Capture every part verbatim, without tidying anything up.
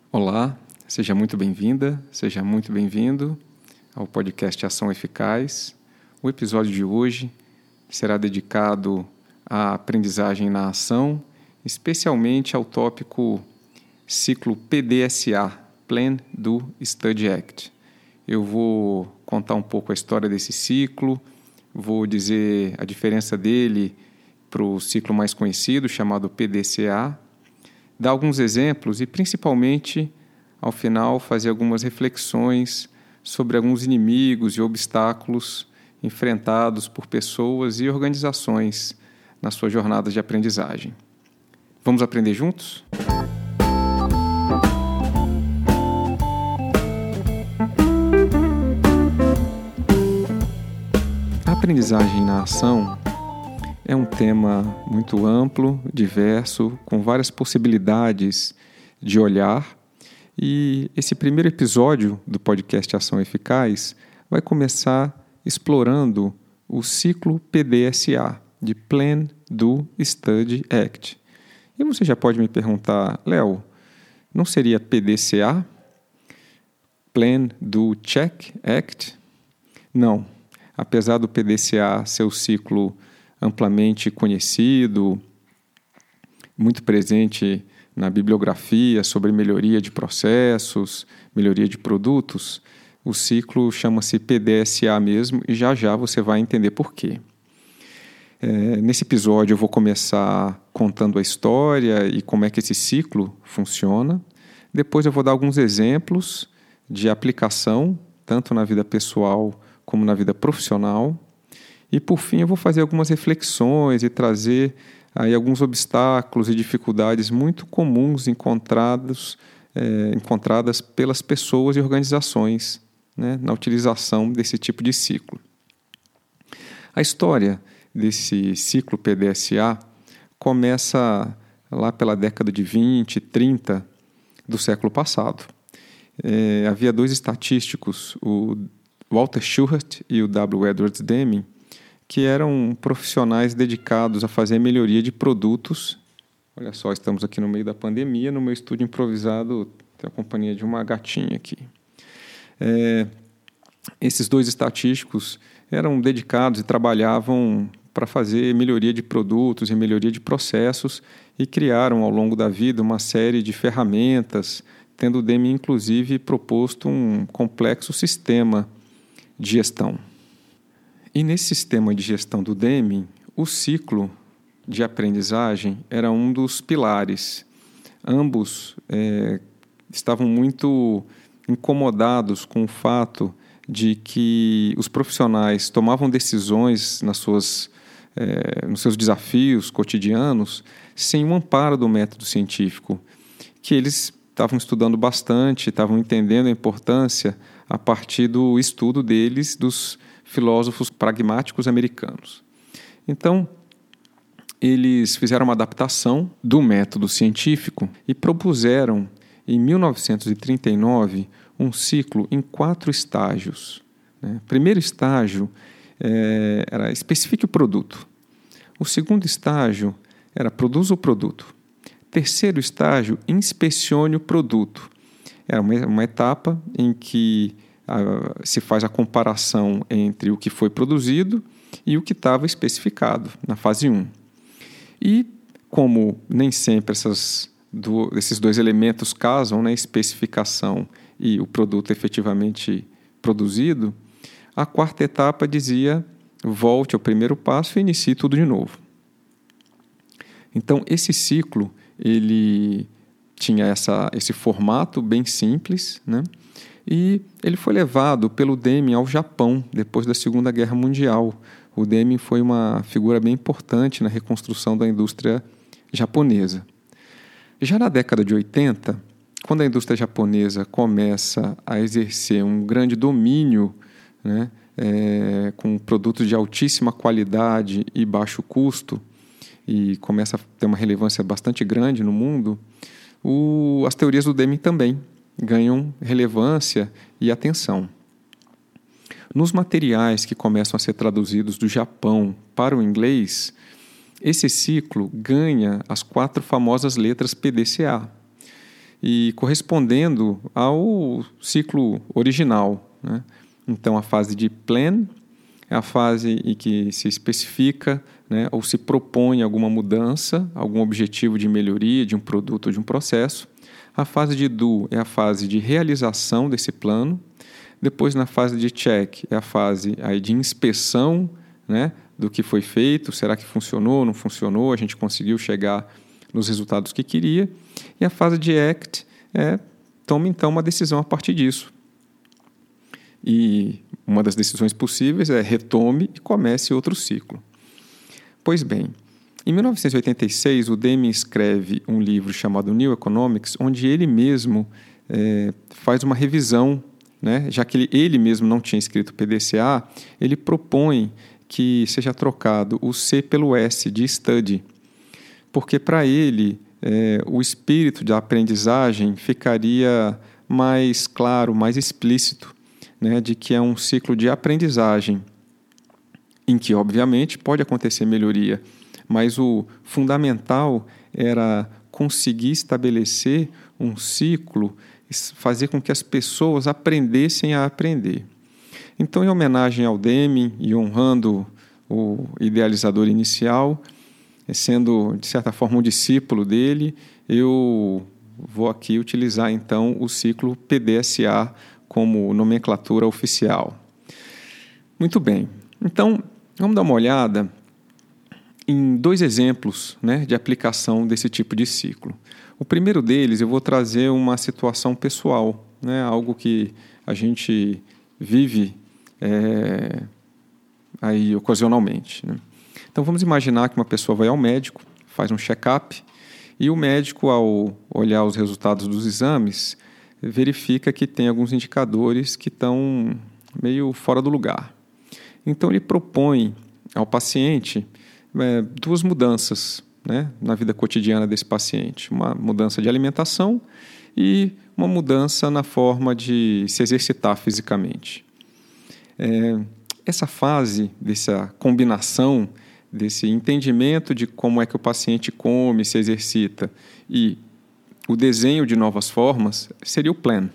Olá, seja muito bem-vinda, seja muito bem-vindo ao podcast Ação Eficaz. O episódio de hoje será dedicado à aprendizagem na ação, especialmente ao tópico ciclo P D S A, Plan, Do, Study, Act. Eu vou contar um pouco a história desse ciclo, vou dizer a diferença dele para o ciclo mais conhecido, chamado P D C A, dar alguns exemplos e, principalmente, ao final, fazer algumas reflexões sobre alguns inimigos e obstáculos enfrentados por pessoas e organizações na sua jornada de aprendizagem. Vamos aprender juntos? A aprendizagem na ação é um tema muito amplo, diverso, com várias possibilidades de olhar. E esse primeiro episódio do podcast Ação Eficaz vai começar explorando o ciclo P D S A, de Plan, Do, Study, Act. E você já pode me perguntar, Léo, não seria P D C A? Plan, Do, Check, Act? Não. Apesar do P D C A ser o ciclo amplamente conhecido, muito presente na bibliografia sobre melhoria de processos, melhoria de produtos, o ciclo chama-se P D S A mesmo e já já você vai entender por quê. É, nesse episódio eu vou começar contando a história e como é que esse ciclo funciona. Depois eu vou dar alguns exemplos de aplicação, tanto na vida pessoal como na vida profissional. E, por fim, eu vou fazer algumas reflexões e trazer aí alguns obstáculos e dificuldades muito comuns encontrados, é, encontradas pelas pessoas e organizações, né, na utilização desse tipo de ciclo. A história desse ciclo P D S A começa lá pela década de vinte, trinta do século passado. É, havia dois estatísticos, o Walter Shurtz e o W. Edwards Deming, que eram profissionais dedicados a fazer melhoria de produtos. Olha só, estamos aqui no meio da pandemia, no meu estúdio improvisado, tem a companhia de uma gatinha aqui. É, esses dois estatísticos eram dedicados e trabalhavam para fazer melhoria de produtos e melhoria de processos e criaram ao longo da vida uma série de ferramentas, tendo o Deming inclusive proposto um complexo sistema de gestão. E nesse sistema de gestão do Deming, o ciclo de aprendizagem era um dos pilares. Ambos é, estavam muito incomodados com o fato de que os profissionais tomavam decisões nas suas, é, nos seus desafios cotidianos sem o amparo do método científico, que eles estavam estudando bastante, estavam entendendo a importância a partir do estudo deles, dos filósofos pragmáticos americanos. Então, eles fizeram uma adaptação do método científico e propuseram, em mil novecentos e trinta e nove, um ciclo em quatro estágios. Né? O primeiro estágio é, era especifique o produto. O segundo estágio era produza o produto. Terceiro estágio, inspecione o produto. Era uma, uma etapa em que Uh, se faz a comparação entre o que foi produzido e o que estava especificado na fase um. E, como nem sempre essas do, esses dois elementos casam, né, especificação e o produto efetivamente produzido, a quarta etapa dizia volte ao primeiro passo e inicie tudo de novo. Então, esse ciclo ele tinha essa, esse formato bem simples, né? E ele foi levado pelo Deming ao Japão depois da Segunda Guerra Mundial. O Deming foi uma figura bem importante na reconstrução da indústria japonesa. Já na década de oitenta, quando a indústria japonesa começa a exercer um grande domínio, né, é, com produtos de altíssima qualidade e baixo custo, e começa a ter uma relevância bastante grande no mundo, o, as teorias do Deming também ganham relevância e atenção. Nos materiais que começam a ser traduzidos do Japão para o inglês, esse ciclo ganha as quatro famosas letras P D C A. e correspondendo ao ciclo original, né? Então, a fase de plan é a fase em que se especifica, né, ou se propõe alguma mudança, algum objetivo de melhoria de um produto ou de um processo. A fase de do é a fase de realização desse plano. Depois, na fase de check, é a fase aí de inspeção, né, do que foi feito, será que funcionou, não funcionou, a gente conseguiu chegar nos resultados que queria. E a fase de act é toma então uma decisão a partir disso. E uma das decisões possíveis é retome e comece outro ciclo. Pois bem, em mil novecentos e oitenta e seis, o Deming escreve um livro chamado New Economics, onde ele mesmo é, faz uma revisão, né? Já que ele, ele mesmo não tinha escrito P D C A, ele propõe que seja trocado o C pelo S de study, porque para ele é, o espírito da aprendizagem ficaria mais claro, mais explícito, né, de que é um ciclo de aprendizagem, em que, obviamente, pode acontecer melhoria, mas o fundamental era conseguir estabelecer um ciclo, fazer com que as pessoas aprendessem a aprender. Então, em homenagem ao Deming e honrando o idealizador inicial, sendo, de certa forma, um discípulo dele, eu vou aqui utilizar, então, o ciclo P D S A como nomenclatura oficial. Muito bem. Então, vamos dar uma olhada em dois exemplos, né, de aplicação desse tipo de ciclo. O primeiro deles, eu vou trazer uma situação pessoal, né, algo que a gente vive é, aí ocasionalmente, né? Então, vamos imaginar que uma pessoa vai ao médico, faz um check-up, e o médico, ao olhar os resultados dos exames, verifica que tem alguns indicadores que estão meio fora do lugar. Então, ele propõe ao paciente é, duas mudanças, né, na vida cotidiana desse paciente. Uma mudança de alimentação e uma mudança na forma de se exercitar fisicamente. É, essa fase dessa combinação, desse entendimento de como é que o paciente come, se exercita e o desenho de novas formas, seria o plan,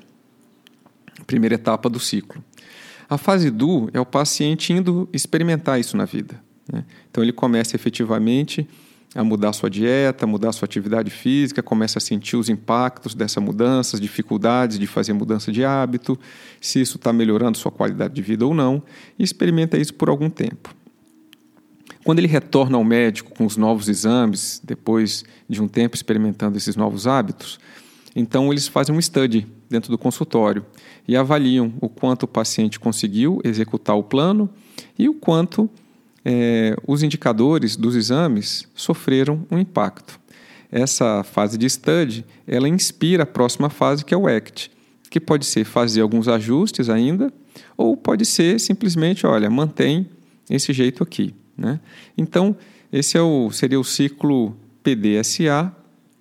a primeira etapa do ciclo. A fase do é o paciente indo experimentar isso na vida, né? Então, ele começa efetivamente a mudar sua dieta, mudar sua atividade física, começa a sentir os impactos dessa mudança, as dificuldades de fazer mudança de hábito, se isso está melhorando sua qualidade de vida ou não, e experimenta isso por algum tempo. Quando ele retorna ao médico com os novos exames, depois de um tempo experimentando esses novos hábitos, então eles fazem um study dentro do consultório e avaliam o quanto o paciente conseguiu executar o plano e o quanto é, os indicadores dos exames sofreram um impacto. Essa fase de study, ela inspira a próxima fase, que é o act, que pode ser fazer alguns ajustes ainda, ou pode ser simplesmente, olha, mantém esse jeito aqui, né? Então, esse é o, seria o ciclo P D S A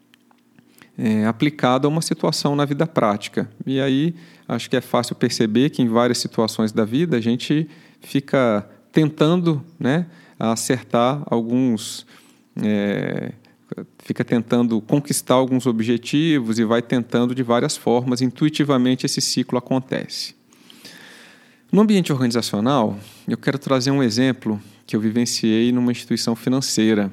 é, aplicado a uma situação na vida prática. E aí, acho que é fácil perceber que em várias situações da vida a gente fica tentando, né, acertar alguns... É, fica tentando conquistar alguns objetivos e vai tentando de várias formas. Intuitivamente, esse ciclo acontece. No ambiente organizacional, eu quero trazer um exemplo que eu vivenciei numa instituição financeira.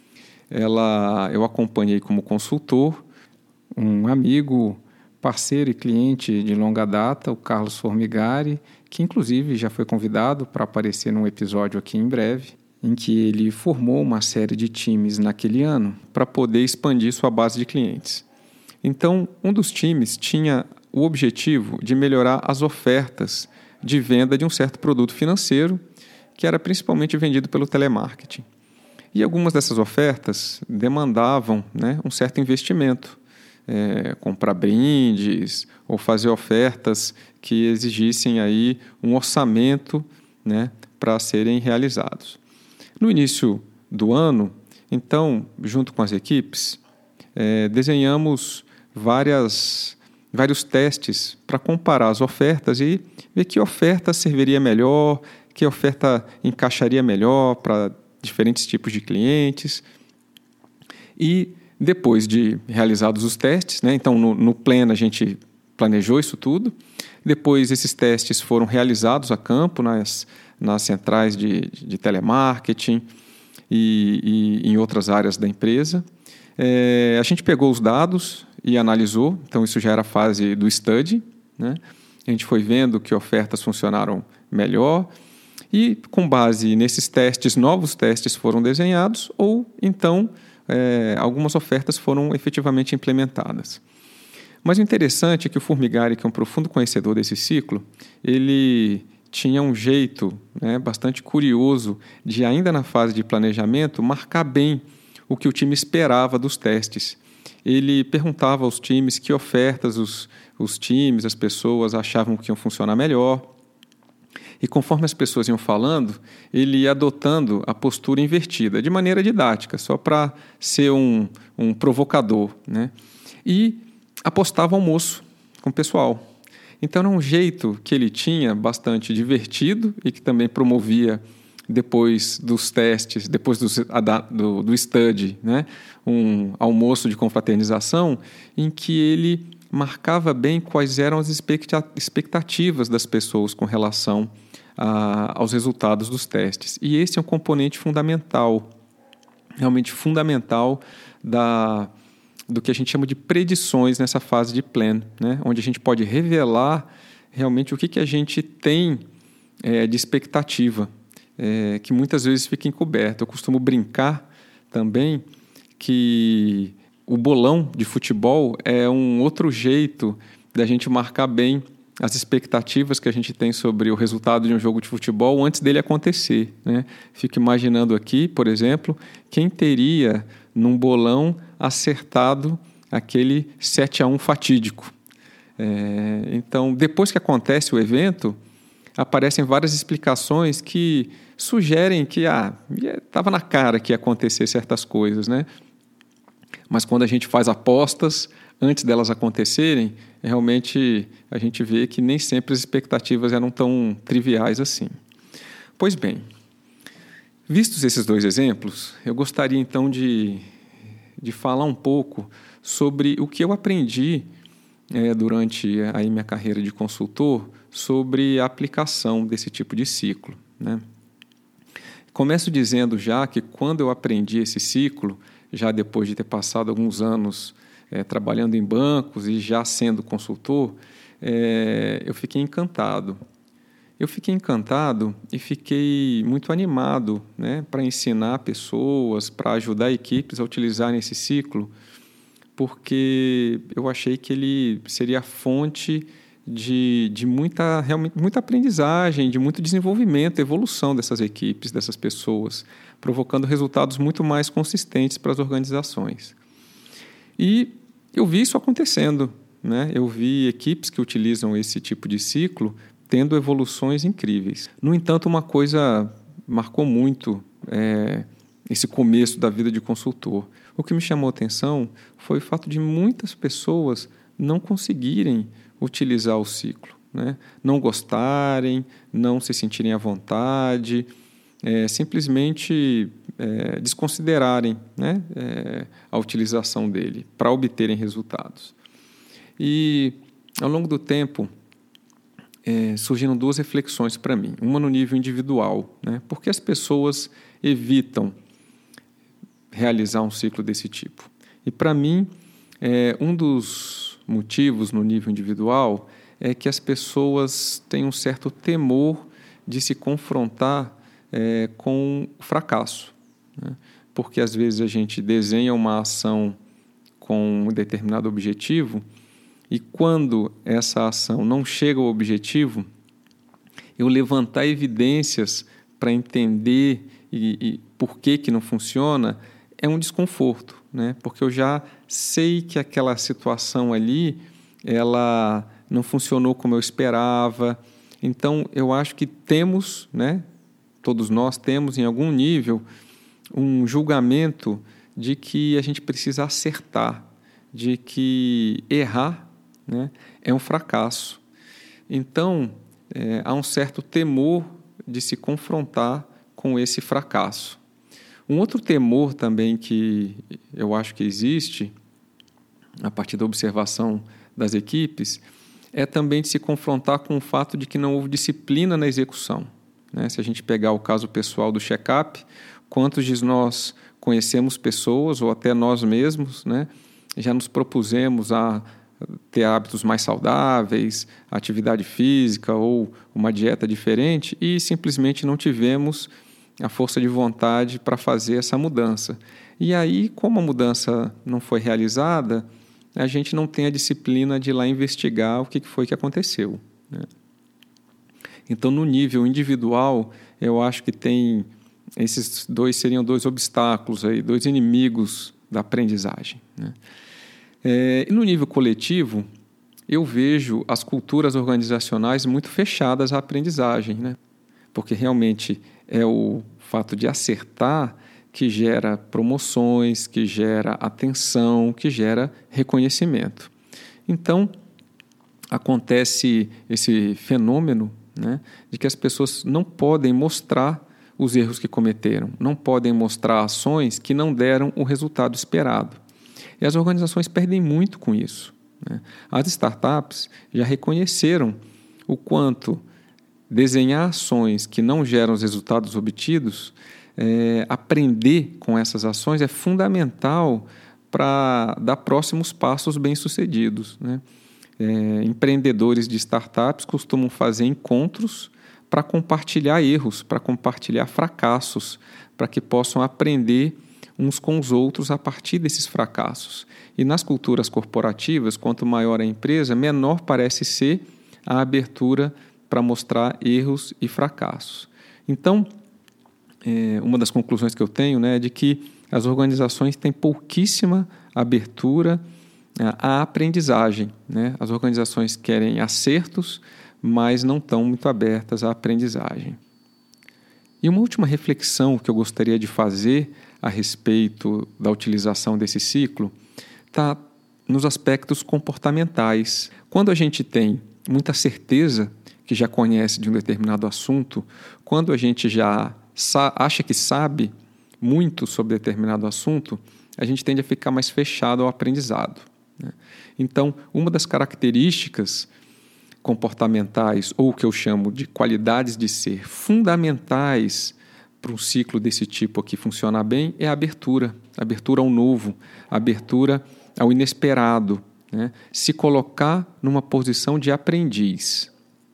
Ela, eu acompanhei como consultor um amigo, parceiro e cliente de longa data, o Carlos Formigari, que inclusive já foi convidado para aparecer num episódio aqui em breve, em que ele formou uma série de times naquele ano para poder expandir sua base de clientes. Então, um dos times tinha o objetivo de melhorar as ofertas de venda de um certo produto financeiro, que era principalmente vendido pelo telemarketing. E algumas dessas ofertas demandavam, né, um certo investimento, é, comprar brindes ou fazer ofertas que exigissem aí um orçamento, né, para serem realizados. No início do ano, então, junto com as equipes, é, desenhamos várias, vários testes para comparar as ofertas e ver que oferta serviria melhor, que oferta encaixaria melhor para diferentes tipos de clientes. E Depois de realizados os testes, né, então no, no pleno a gente planejou isso tudo, depois esses testes foram realizados a campo nas, nas centrais de, de telemarketing e, e em outras áreas da empresa. É, a gente pegou os dados e analisou, então isso já era a fase do study, né? A gente foi vendo que ofertas funcionaram melhor e, com base nesses testes, novos testes foram desenhados ou, então, é, algumas ofertas foram efetivamente implementadas. Mas o interessante é que o Formigari, que é um profundo conhecedor desse ciclo, ele tinha um jeito, né, bastante curioso de, ainda na fase de planejamento, marcar bem o que o time esperava dos testes. Ele perguntava aos times que ofertas os, os times, as pessoas achavam que iam funcionar melhor. E conforme as pessoas iam falando, ele ia adotando a postura invertida, de maneira didática, só para ser um, um provocador, né? E apostava almoço com o pessoal. Então, era um jeito que ele tinha bastante divertido e que também promovia, depois dos testes, depois do, do, do study, né, um almoço de confraternização em que ele marcava bem quais eram as expectativas das pessoas com relação a, aos resultados dos testes. E esse é um componente fundamental, realmente fundamental da, do que a gente chama de predições nessa fase de plan, né, onde a gente pode revelar realmente o que, que a gente tem é, de expectativa, É, que muitas vezes fica encoberto. Eu costumo brincar também que o bolão de futebol é um outro jeito da gente marcar bem as expectativas que a gente tem sobre o resultado de um jogo de futebol antes dele acontecer, né? Fico imaginando aqui, por exemplo, quem teria num bolão acertado aquele sete a um fatídico. É, então, depois que acontece o evento, aparecem várias explicações que sugerem que estava ah, na cara que ia acontecer certas coisas, né? Mas quando a gente faz apostas, antes delas acontecerem, realmente a gente vê que nem sempre as expectativas eram tão triviais assim. Pois bem, vistos esses dois exemplos, eu gostaria então de, de falar um pouco sobre o que eu aprendi é, durante a minha carreira de consultor sobre a aplicação desse tipo de ciclo, né? Começo dizendo já que quando eu aprendi esse ciclo, já depois de ter passado alguns anos é, trabalhando em bancos e já sendo consultor, é, eu fiquei encantado. Eu fiquei encantado e fiquei muito animado, né, para ensinar pessoas, para ajudar equipes a utilizarem esse ciclo, porque eu achei que ele seria a fonte de, de muita, realmente, muita aprendizagem, de muito desenvolvimento, evolução dessas equipes, dessas pessoas, provocando resultados muito mais consistentes para as organizações. E eu vi isso acontecendo, né? Eu vi equipes que utilizam esse tipo de ciclo tendo evoluções incríveis. No entanto, uma coisa marcou muito é, esse começo da vida de consultor. O que me chamou a atenção foi o fato de muitas pessoas não conseguirem utilizar o ciclo, né? Não gostarem, não se sentirem à vontade, é, simplesmente é, desconsiderarem, né, é, a utilização dele para obterem resultados. E, ao longo do tempo, é, surgiram duas reflexões para mim. Uma no nível individual, né? Por que as pessoas evitam realizar um ciclo desse tipo? E, para mim, é, um dos motivos no nível individual é que as pessoas têm um certo temor de se confrontar é, com o fracasso, né? Porque às vezes a gente desenha uma ação com um determinado objetivo e quando essa ação não chega ao objetivo, eu levantar evidências para entender e, e por que que não funciona é um desconforto, né? Porque eu já sei que aquela situação ali ela não funcionou como eu esperava. Então, eu acho que temos, né, todos nós temos em algum nível um julgamento de que a gente precisa acertar, de que errar, né, é um fracasso. Então, é, há um certo temor de se confrontar com esse fracasso. Um outro temor também que eu acho que existe, a partir da observação das equipes, é também de se confrontar com o fato de que não houve disciplina na execução, né? Se a gente pegar o caso pessoal do check-up, quantos de nós conhecemos pessoas, ou até nós mesmos, né, já nos propusemos a ter hábitos mais saudáveis, atividade física ou uma dieta diferente e simplesmente não tivemos a força de vontade para fazer essa mudança. E aí, como a mudança não foi realizada, a gente não tem a disciplina de ir lá investigar o que foi que aconteceu, né? Então, no nível individual, eu acho que tem esses dois seriam dois obstáculos aí, dois inimigos da aprendizagem, né? É, e no nível coletivo, eu vejo as culturas organizacionais muito fechadas à aprendizagem, né? Porque realmente é o fato de acertar que gera promoções, que gera atenção, que gera reconhecimento. Então, acontece esse fenômeno, né, de que as pessoas não podem mostrar os erros que cometeram, não podem mostrar ações que não deram o resultado esperado. E as organizações perdem muito com isso, né? As startups já reconheceram o quanto desenhar ações que não geram os resultados obtidos, é, aprender com essas ações é fundamental para dar próximos passos bem-sucedidos, né? É, empreendedores de startups costumam fazer encontros para compartilhar erros, para compartilhar fracassos, para que possam aprender uns com os outros a partir desses fracassos. E nas culturas corporativas, quanto maior a empresa, menor parece ser a abertura para mostrar erros e fracassos. Então, é, uma das conclusões que eu tenho, né, é de que as organizações têm pouquíssima abertura à aprendizagem, né? As organizações querem acertos, mas não estão muito abertas à aprendizagem. E uma última reflexão que eu gostaria de fazer a respeito da utilização desse ciclo está nos aspectos comportamentais. Quando a gente tem muita certeza que já conhece de um determinado assunto, quando a gente já sa- acha que sabe muito sobre determinado assunto, a gente tende a ficar mais fechado ao aprendizado, né? Então, uma das características comportamentais, ou o que eu chamo de qualidades de ser fundamentais para um ciclo desse tipo aqui funcionar bem, é a abertura, a abertura ao novo, a abertura ao inesperado, né? Se colocar numa posição de aprendiz,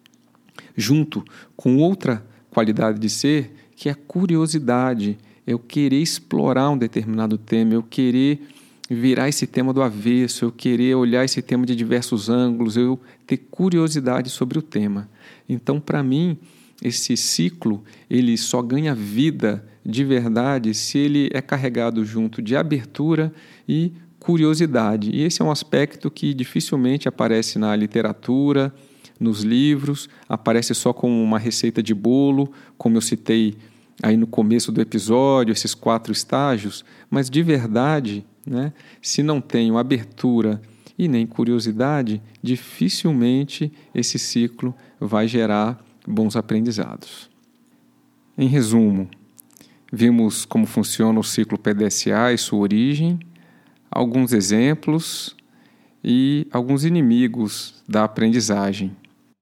junto com outra qualidade de ser, que é a curiosidade, eu querer explorar um determinado tema, eu querer virar esse tema do avesso, eu querer olhar esse tema de diversos ângulos, eu ter curiosidade sobre o tema. Então, para mim, esse ciclo ele só ganha vida de verdade se ele é carregado junto de abertura e curiosidade. E esse é um aspecto que dificilmente aparece na literatura, nos livros, aparece só como uma receita de bolo, como eu citei aí no começo do episódio, esses quatro estágios, mas de verdade, né, se não tenho abertura e nem curiosidade, dificilmente esse ciclo vai gerar bons aprendizados. Em resumo, vimos como funciona o ciclo P D S A e sua origem, alguns exemplos e alguns inimigos da aprendizagem.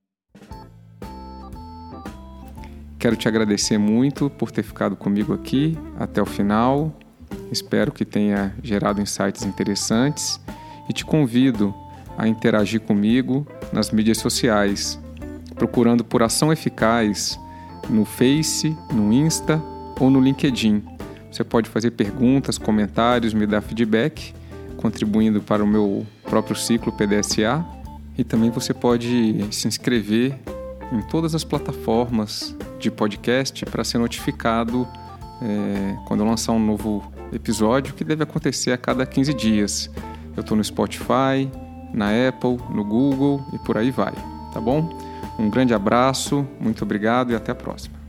Quero te agradecer muito por ter ficado comigo aqui até o final. Espero que tenha gerado insights interessantes e te convido a interagir comigo nas mídias sociais, procurando por Ação Eficaz no Face, no Insta ou no LinkedIn. Você pode fazer perguntas, comentários, me dar feedback, contribuindo para o meu próprio ciclo P D S A. E também você pode se inscrever em todas as plataformas de podcast para ser notificado é, quando eu lançar um novo episódio, que deve acontecer a cada quinze dias. Eu estou no Spotify, na Apple, no Google e por aí vai, tá bom? Um grande abraço, muito obrigado e até a próxima.